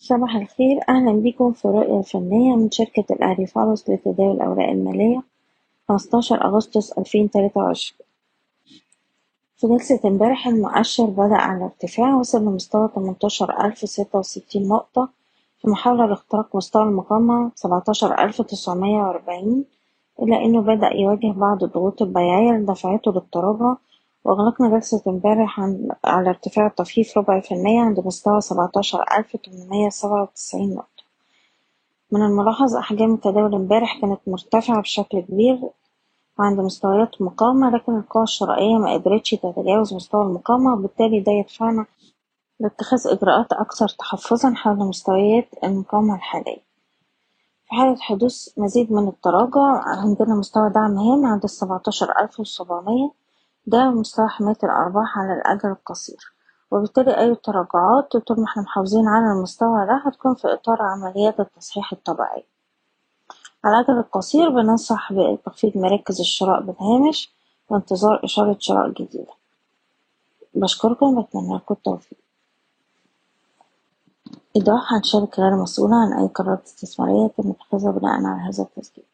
صباح الخير، أهلا بكم في رؤية فنية من شركة الأهلي فارس لتداول الأوراق المالية 15 أغسطس 2023. في جلسة امبارح المؤشر بدأ على ارتفاع وصل لمستوى 18,066 نقطة في محاولة لاختراق مستوى المقاومة 17,940، إلا إنه بدأ يواجه بعض الضغوط البيعية اللي دفعته للتراجع، وأغلقنا جلسة امبارح على ارتفاع طفيف ربع في المية عند مستوى 17,897 نقطة. من الملاحظ أحجام التداول امبارح كانت مرتفعة بشكل كبير عند مستويات مقاومة، لكن القوى الشرائية ما قدرتش تتجاوز مستوى المقاومة، وبالتالي ده يدفعنا لاتخاذ إجراءات أكثر تحفظا حول مستويات المقاومة الحالية. في حالة حدوث مزيد من التراجع عندنا مستوى دعم هام عند 17,700، ده مستوى حماية الأرباح على الأجل القصير، وبالتالي أي تراجعات طول ما احنا محافظين على المستوى ده هتكون في إطار عمليات التصحيح الطبيعية. على الأجل القصير بننصح بتخفيض مراكز الشراء بالهامش وانتظار إشارة شراء جديدة. بشكركم وبتمنى لكم التوفيق. إيضاح عن شركة غير مسؤولة عن أي قرارات استثمارية تم اتخاذها بناء على هذا التسجيل.